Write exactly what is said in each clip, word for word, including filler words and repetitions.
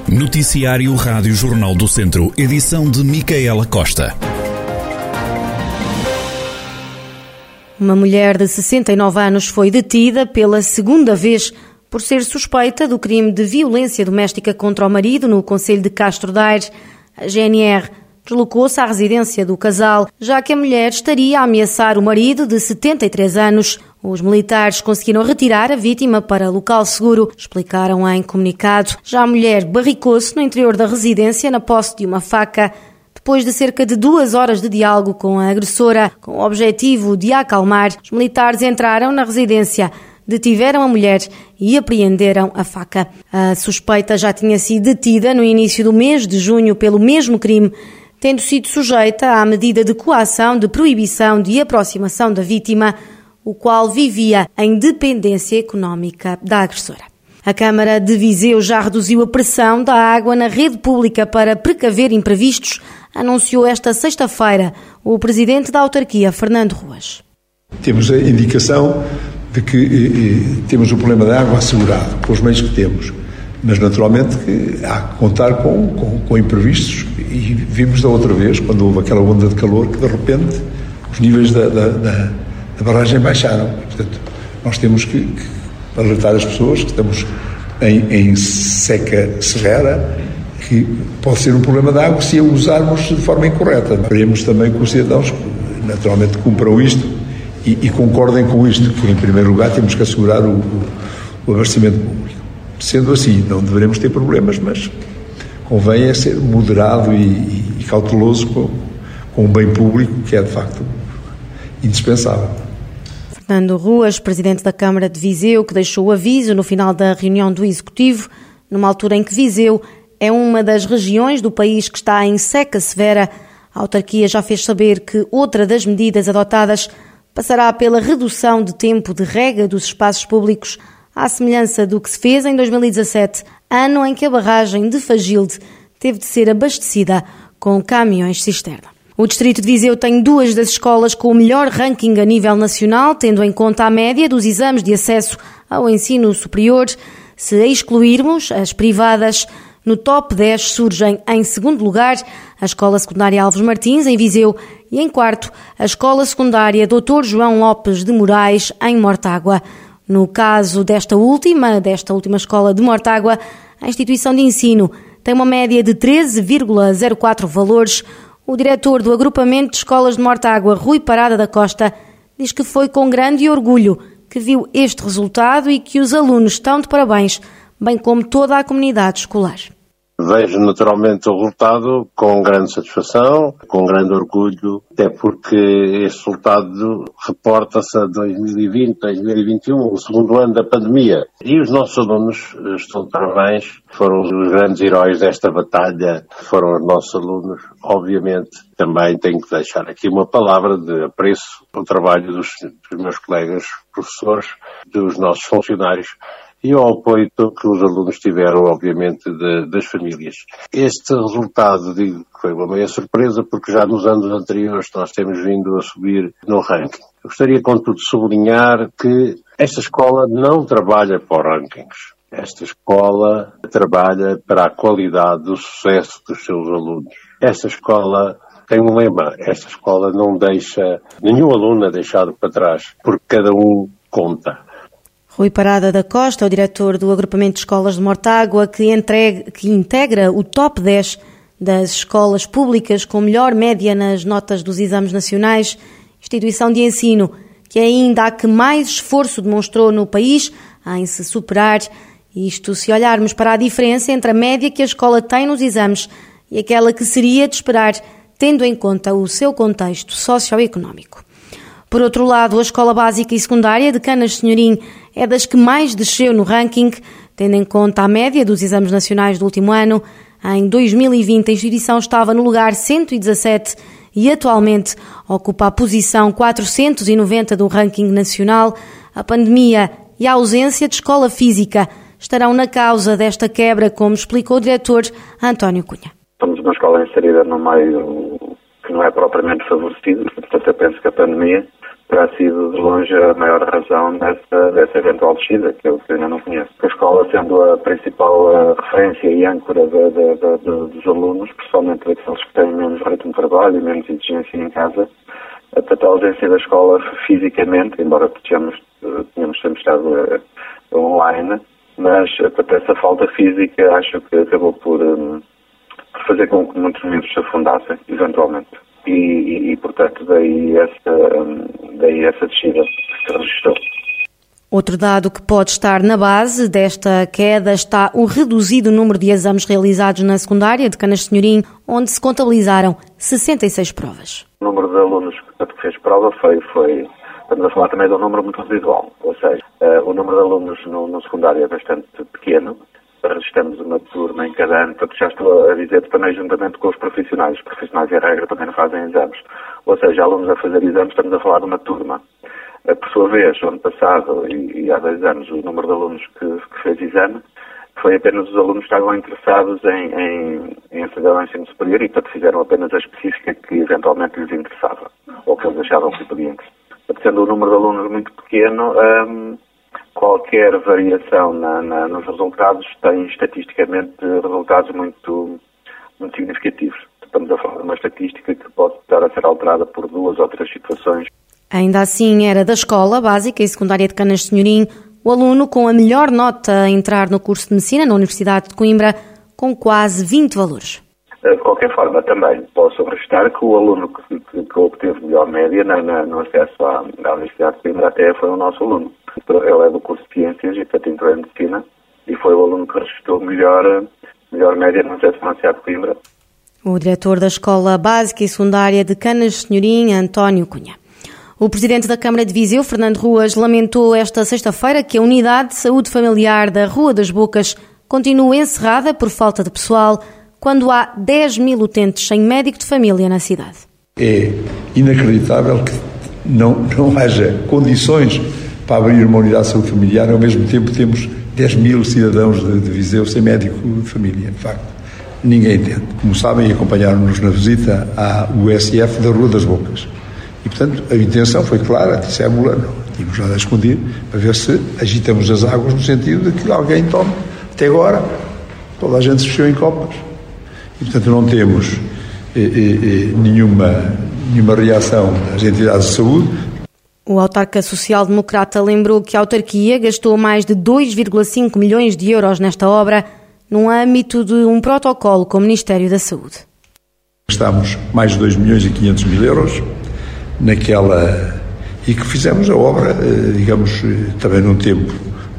Noticiário Rádio Jornal do Centro, edição de Micaela Costa. Uma mulher de sessenta e nove anos foi detida pela segunda vez por ser suspeita do crime de violência doméstica contra o marido no concelho de Castro Daire. A G N R deslocou-se à residência do casal, já que a mulher estaria a ameaçar o marido de setenta e três anos. Os militares conseguiram retirar a vítima para local seguro, explicaram em comunicado. Já a mulher barricou-se no interior da residência na posse de uma faca. Depois de cerca de duas horas de diálogo com a agressora, com o objetivo de a acalmar, os militares entraram na residência, detiveram a mulher e apreenderam a faca. A suspeita já tinha sido detida no início do mês de junho pelo mesmo crime, tendo sido sujeita à medida de coação de proibição de aproximação da vítima, o qual vivia em dependência económica da agressora. A Câmara de Viseu já reduziu a pressão da água na rede pública para precaver imprevistos, anunciou esta sexta-feira o presidente da autarquia, Fernando Ruas. Temos a indicação de que eh, temos o problema da água assegurado, com os meios que temos, mas naturalmente que há que contar com, com, com imprevistos, e vimos da outra vez, quando houve aquela onda de calor, que de repente os níveis da, da, da, da barragem baixaram. Portanto, nós temos que, que alertar as pessoas que estamos em, em seca severa, que pode ser um problema de água se a usarmos de forma incorreta. Queremos também que os cidadãos naturalmente cumpram isto e, e concordem com isto, que em primeiro lugar temos que assegurar o, o, o abastecimento público. Sendo assim, não deveremos ter problemas, mas convém é ser moderado e, e, e cauteloso com, com o bem público, que é de facto indispensável. Fernando Ruas, presidente da Câmara de Viseu, que deixou o aviso no final da reunião do Executivo, numa altura em que Viseu é uma das regiões do país que está em seca severa. A autarquia já fez saber que outra das medidas adotadas passará pela redução de tempo de rega dos espaços públicos, à semelhança do que se fez em dois mil e dezassete, ano em que a barragem de Fagilde teve de ser abastecida com caminhões cisterna. O distrito de Viseu tem duas das escolas com o melhor ranking a nível nacional, tendo em conta a média dos exames de acesso ao ensino superior. Se excluirmos as privadas, no top dez surgem em segundo lugar a Escola Secundária Alves Martins, em Viseu, e em quarto a Escola Secundária doutor João Lopes de Moraes, em Mortágua. No caso desta última, desta última escola de Mortágua, a instituição de ensino tem uma média de treze vírgula zero quatro valores. O diretor do agrupamento de escolas de Mortágua, Rui Parada da Costa, diz que foi com grande orgulho que viu este resultado e que os alunos estão de parabéns, bem como toda a comunidade escolar. Vejo naturalmente o resultado com grande satisfação, com grande orgulho, até porque este resultado reporta-se a dois mil e vinte, dois mil e vinte e um, o segundo ano da pandemia. E os nossos alunos estão de parabéns, foram os grandes heróis desta batalha, foram os nossos alunos. Obviamente também tenho que deixar aqui uma palavra de apreço ao trabalho dos, dos meus colegas professores, dos nossos funcionários, e ao apoio que os alunos tiveram, obviamente, de, das famílias. Este resultado, digo que foi uma meia surpresa, porque já nos anos anteriores nós temos vindo a subir no ranking. Eu gostaria, contudo, de sublinhar que esta escola não trabalha para rankings. Esta escola trabalha para a qualidade do sucesso dos seus alunos. Esta escola tem um lema: esta escola não deixa nenhum aluno deixado para trás, porque cada um conta. Rui Parada da Costa, o diretor do agrupamento de escolas de Mortágua, que, entregue, que integra o top dez das escolas públicas com melhor média nas notas dos exames nacionais, instituição de ensino que ainda há que mais esforço demonstrou no país em se superar, isto se olharmos para a diferença entre a média que a escola tem nos exames e aquela que seria de esperar, tendo em conta o seu contexto socioeconómico. Por outro lado, a Escola Básica e Secundária de Canas Senhorim é das que mais desceu no ranking, tendo em conta a média dos exames nacionais do último ano. Em dois mil e vinte, a instituição estava no lugar cento e dezassete e atualmente ocupa a posição quatrocentos e noventa do ranking nacional. A pandemia e a ausência de escola física estarão na causa desta quebra, como explicou o diretor António Cunha. Somos uma escola inserida no meio que não é propriamente favorecido, portanto eu penso que a pandemia terá sido de longe a maior razão dessa, dessa eventual descida, que eu ainda não conheço. A escola sendo a principal uh, referência e âncora de, de, de, de, dos alunos, principalmente daqueles que têm menos ritmo de trabalho e menos exigência em casa, a total ausência da escola fisicamente, embora tenhamos, tenhamos sempre estado uh, online, mas uh, essa falta física acho que acabou por, um, por fazer com que muitos membros se afundassem, eventualmente. E, e, e, portanto, daí essa, daí essa descida que se registrou. Outro dado que pode estar na base desta queda está o reduzido número de exames realizados na secundária de Canas Senhorim, onde se contabilizaram sessenta e seis provas. O número de alunos que fez prova foi, foi estamos a falar também de um número muito residual, ou seja, uh, o número de alunos no, no secundário é bastante pequeno. Registramos uma turma em cada ano, portanto já estou a dizer também juntamente com os profissionais. Os profissionais, em regra, também não fazem exames. Ou seja, alunos a fazer exames, estamos a falar de uma turma. Por sua vez, o ano passado e, e há dois anos, o número de alunos que, que fez exame foi apenas os alunos que estavam interessados em, em, em aceder ao ensino superior e, portanto, fizeram apenas a específica que eventualmente lhes interessava, ou que eles achavam que podia interessar. Portanto, sendo o número de alunos muito pequeno, hum, qualquer variação na, na, nos resultados tem estatisticamente resultados muito, muito significativos. Estamos a falar de uma estatística que pode estar a ser alterada por duas ou três situações. Ainda assim, era da escola básica e secundária de Canas Senhorim o aluno com a melhor nota a entrar no curso de Medicina na Universidade de Coimbra, com quase vinte valores. De qualquer forma, também posso registrar que o aluno que, que, que obteve melhor média na, na, no acesso à, à Universidade de Coimbra até foi o nosso aluno. Ele é do curso de Ciências e, portanto, entrou em Medicina e foi o aluno que registrou melhor, melhor média no acesso à Universidade de Coimbra. O diretor da Escola Básica e Secundária de Canas Senhorim, António Cunha. O presidente da Câmara de Viseu, Fernando Ruas, lamentou esta sexta-feira que a Unidade de Saúde Familiar da Rua das Bocas continua encerrada por falta de pessoal, quando há dez mil utentes sem médico de família na cidade. É inacreditável que não, não haja condições para abrir uma unidade de saúde familiar, ao mesmo tempo temos dez mil cidadãos de, de Viseu sem médico de família, de facto. Ninguém entende. Como sabem, acompanharam-nos na visita à U S F da Rua das Bocas. E, portanto, a intenção foi clara, dissemos-la, não tínhamos nada a esconder, para ver se agitamos as águas no sentido de que alguém tome. Até agora, toda a gente se fechou em copas. E, portanto, não temos eh, eh, nenhuma, nenhuma reação das entidades de saúde. O autarca social-democrata lembrou que a autarquia gastou mais de dois vírgula cinco milhões de euros nesta obra, no âmbito de um protocolo com o Ministério da Saúde. Gastámos mais de dois milhões e quinhentos mil euros naquela... e que fizemos a obra, digamos, também num tempo,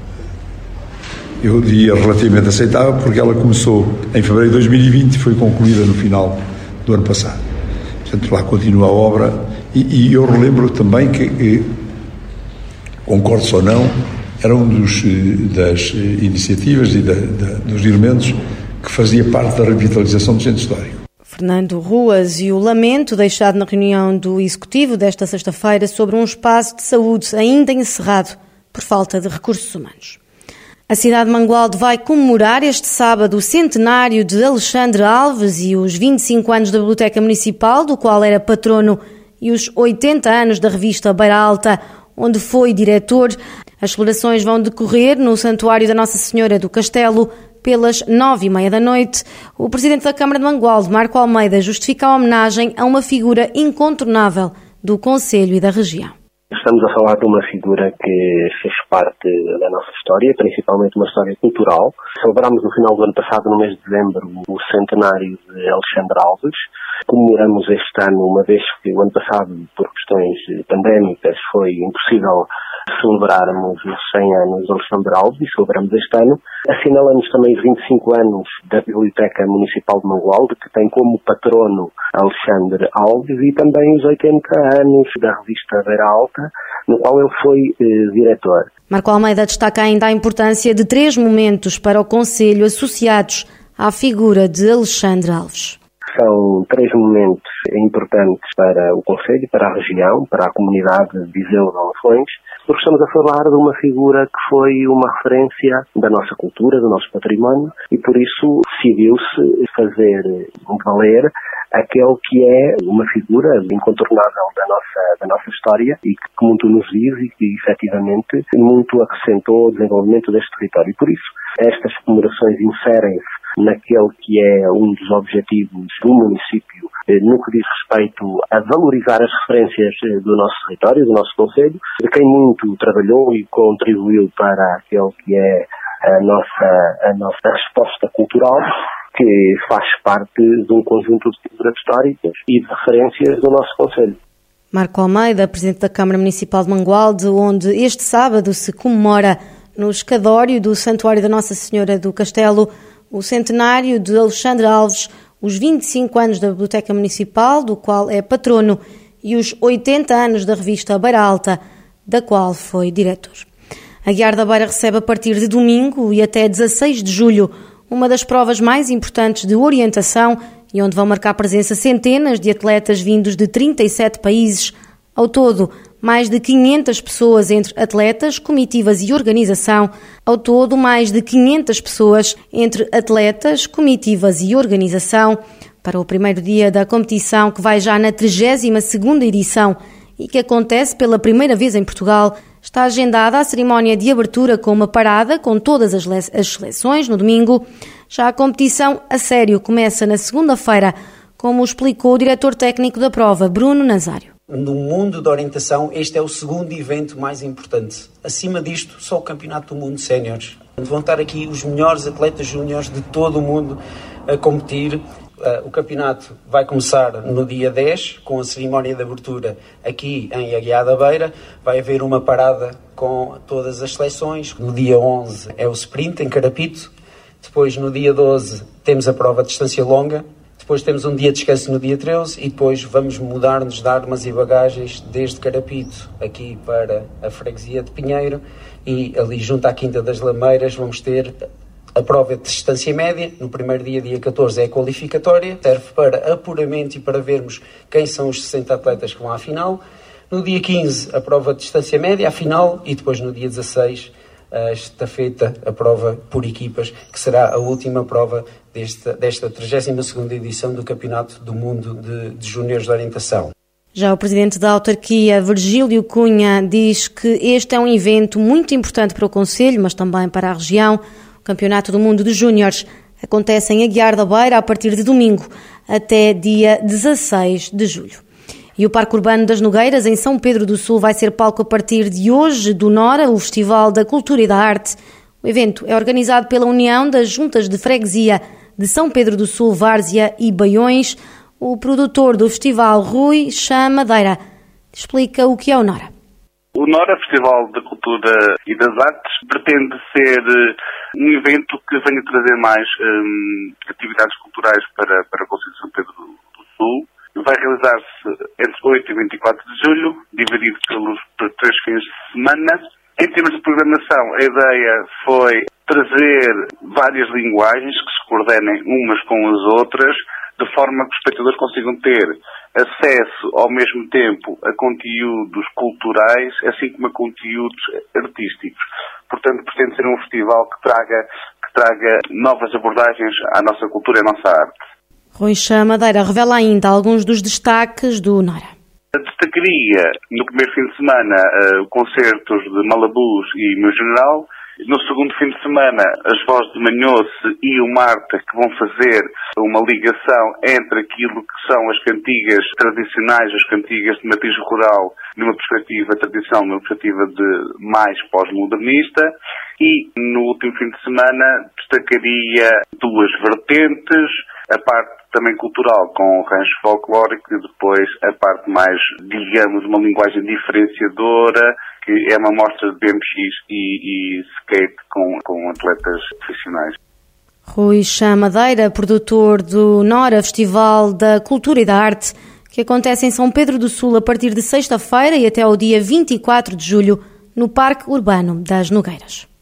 eu diria, relativamente aceitável, porque ela começou em fevereiro de dois mil e vinte e foi concluída no final do ano passado. Portanto, lá continua a obra e, e eu relembro também que, que concordo ou não, era um dos, das iniciativas e da, da, dos elementos que fazia parte da revitalização do centro histórico. Fernando Ruas e o lamento deixado na reunião do Executivo desta sexta-feira sobre um espaço de saúde ainda encerrado por falta de recursos humanos. A cidade de Mangualde vai comemorar este sábado o centenário de Alexandre Alves e os vinte e cinco anos da Biblioteca Municipal, do qual era patrono, e os oitenta anos da revista Beira Alta, onde foi diretor. As celebrações vão decorrer no Santuário da Nossa Senhora do Castelo pelas nove e meia da noite. O presidente da Câmara de Mangualde, Marco Almeida, justifica a homenagem a uma figura incontornável do concelho e da região. Estamos a falar de uma figura que fez parte da nossa história, principalmente uma história cultural. Celebramos no final do ano passado, no mês de dezembro, o centenário de Alexandre Alves. Comemoramos este ano, uma vez que o ano passado, por questões pandémicas, foi impossível celebrarmos os cem anos de Alexandre Alves e celebramos este ano. Assinalamos também os vinte e cinco anos da Biblioteca Municipal de Mangualde, que tem como patrono Alexandre Alves, e também os oitenta anos da revista Beira Alta, no qual ele foi eh, diretor. Marco Almeida destaca ainda a importância de três momentos para o Conselho associados à figura de Alexandre Alves. São três momentos importantes para o Conselho, para a região, para a comunidade de Viseu de Alfões. porque estamos a falar de uma figura que foi uma referência da nossa cultura, do nosso património, e por isso decidiu-se fazer valer aquele que é uma figura incontornável da nossa, da nossa história e que muito nos diz e que, efetivamente, muito acrescentou ao desenvolvimento deste território. E por isso, estas comemorações inserem-se naquele que é um dos objetivos do município, no que diz respeito a valorizar as referências do nosso território, do nosso concelho, de quem muito trabalhou e contribuiu para aquele que é a nossa, a nossa resposta cultural, que faz parte de um conjunto de figuras históricas e de referências do nosso concelho. Marco Almeida, Presidente da Câmara Municipal de Mangualde, onde este sábado se comemora no escadório do Santuário da Nossa Senhora do Castelo o centenário de Alexandre Alves, os vinte e cinco anos da Biblioteca Municipal, do qual é patrono, e os oitenta anos da revista Beira Alta, da qual foi diretor. A Guiar da Beira recebe a partir de domingo e até dezasseis de julho uma das provas mais importantes de orientação e onde vão marcar presença centenas de atletas vindos de trinta e sete países. Ao todo, mais de quinhentas pessoas entre atletas, comitivas e organização. Ao todo, mais de quinhentas pessoas entre atletas, comitivas e organização. Para o primeiro dia da competição, que vai já na trigésima segunda edição e que acontece pela primeira vez em Portugal, está agendada a cerimónia de abertura com uma parada com todas as, le- as seleções no domingo. Já a competição a sério começa na segunda-feira, como explicou o diretor técnico da prova, Bruno Nazário. No mundo da orientação, este é o segundo evento mais importante. Acima disto, só o Campeonato do Mundo Séniores. Vão estar aqui os melhores atletas júniores de todo o mundo a competir. O campeonato vai começar no dia dez, com a cerimónia de abertura aqui em Aguiar da Beira. Vai haver uma parada com todas as seleções. No dia onze é o sprint em Carapito. Depois, no dia doze, temos a prova de distância longa. Depois temos um dia de descanso no dia treze e depois vamos mudar-nos de armas e bagagens desde Carapito aqui para a freguesia de Pinheiro e ali junto à Quinta das Lameiras vamos ter a prova de distância média. No primeiro dia, dia catorze, é a qualificatória, serve para apuramento e para vermos quem são os sessenta atletas que vão à final. No dia quinze, a prova de distância média, a final, e depois no dia dezasseis, a estafeta, a prova por equipas, que será a última prova desta, desta trigésima segunda edição do Campeonato do Mundo de, de Júniores de Orientação. Já o presidente da autarquia, Virgílio Cunha, diz que este é um evento muito importante para o concelho, mas também para a região. O Campeonato do Mundo de Júniores acontece em Aguiar da Beira a partir de domingo até dia dezasseis de julho. E o Parque Urbano das Nogueiras, em São Pedro do Sul, vai ser palco a partir de hoje do Nora, o Festival da Cultura e da Arte. O evento é organizado pela União das Juntas de Freguesia de São Pedro do Sul, Várzea e Baiões. O produtor do festival, Rui Chamadeira, explica o que é o Nora. O Nora, Festival da Cultura e das Artes, pretende ser um evento que venha trazer mais hum, atividades culturais para, para o Concelho de São Pedro do Sul. Vai realizar-se entre oito e vinte e quatro de julho, dividido pelos por três fins de semana. Em termos de programação, a ideia foi trazer várias linguagens que se coordenem umas com as outras, de forma que os espectadores consigam ter acesso ao mesmo tempo a conteúdos culturais, assim como a conteúdos artísticos. Portanto, pretende ser um festival que traga, que traga novas abordagens à nossa cultura e à nossa arte. Rui Chamadeira revela ainda alguns dos destaques do Nora. Destacaria no primeiro fim de semana uh, concertos de Malabús e Meu General. No segundo fim de semana, as Vozes de Manhoce e o Marta, que vão fazer uma ligação entre aquilo que são as cantigas tradicionais, as cantigas de matiz rural, numa perspectiva tradicional, numa perspectiva de mais pós-modernista. E no último fim de semana destacaria duas vertentes, a parte também cultural com rancho folclórico e depois a parte mais, digamos, uma linguagem diferenciadora, que é uma mostra de B M X e, e skate com, com atletas profissionais. Rui Chamadeira, produtor do Nora, Festival da Cultura e da Arte, que acontece em São Pedro do Sul a partir de sexta-feira e até ao dia vinte e quatro de julho, no Parque Urbano das Nogueiras.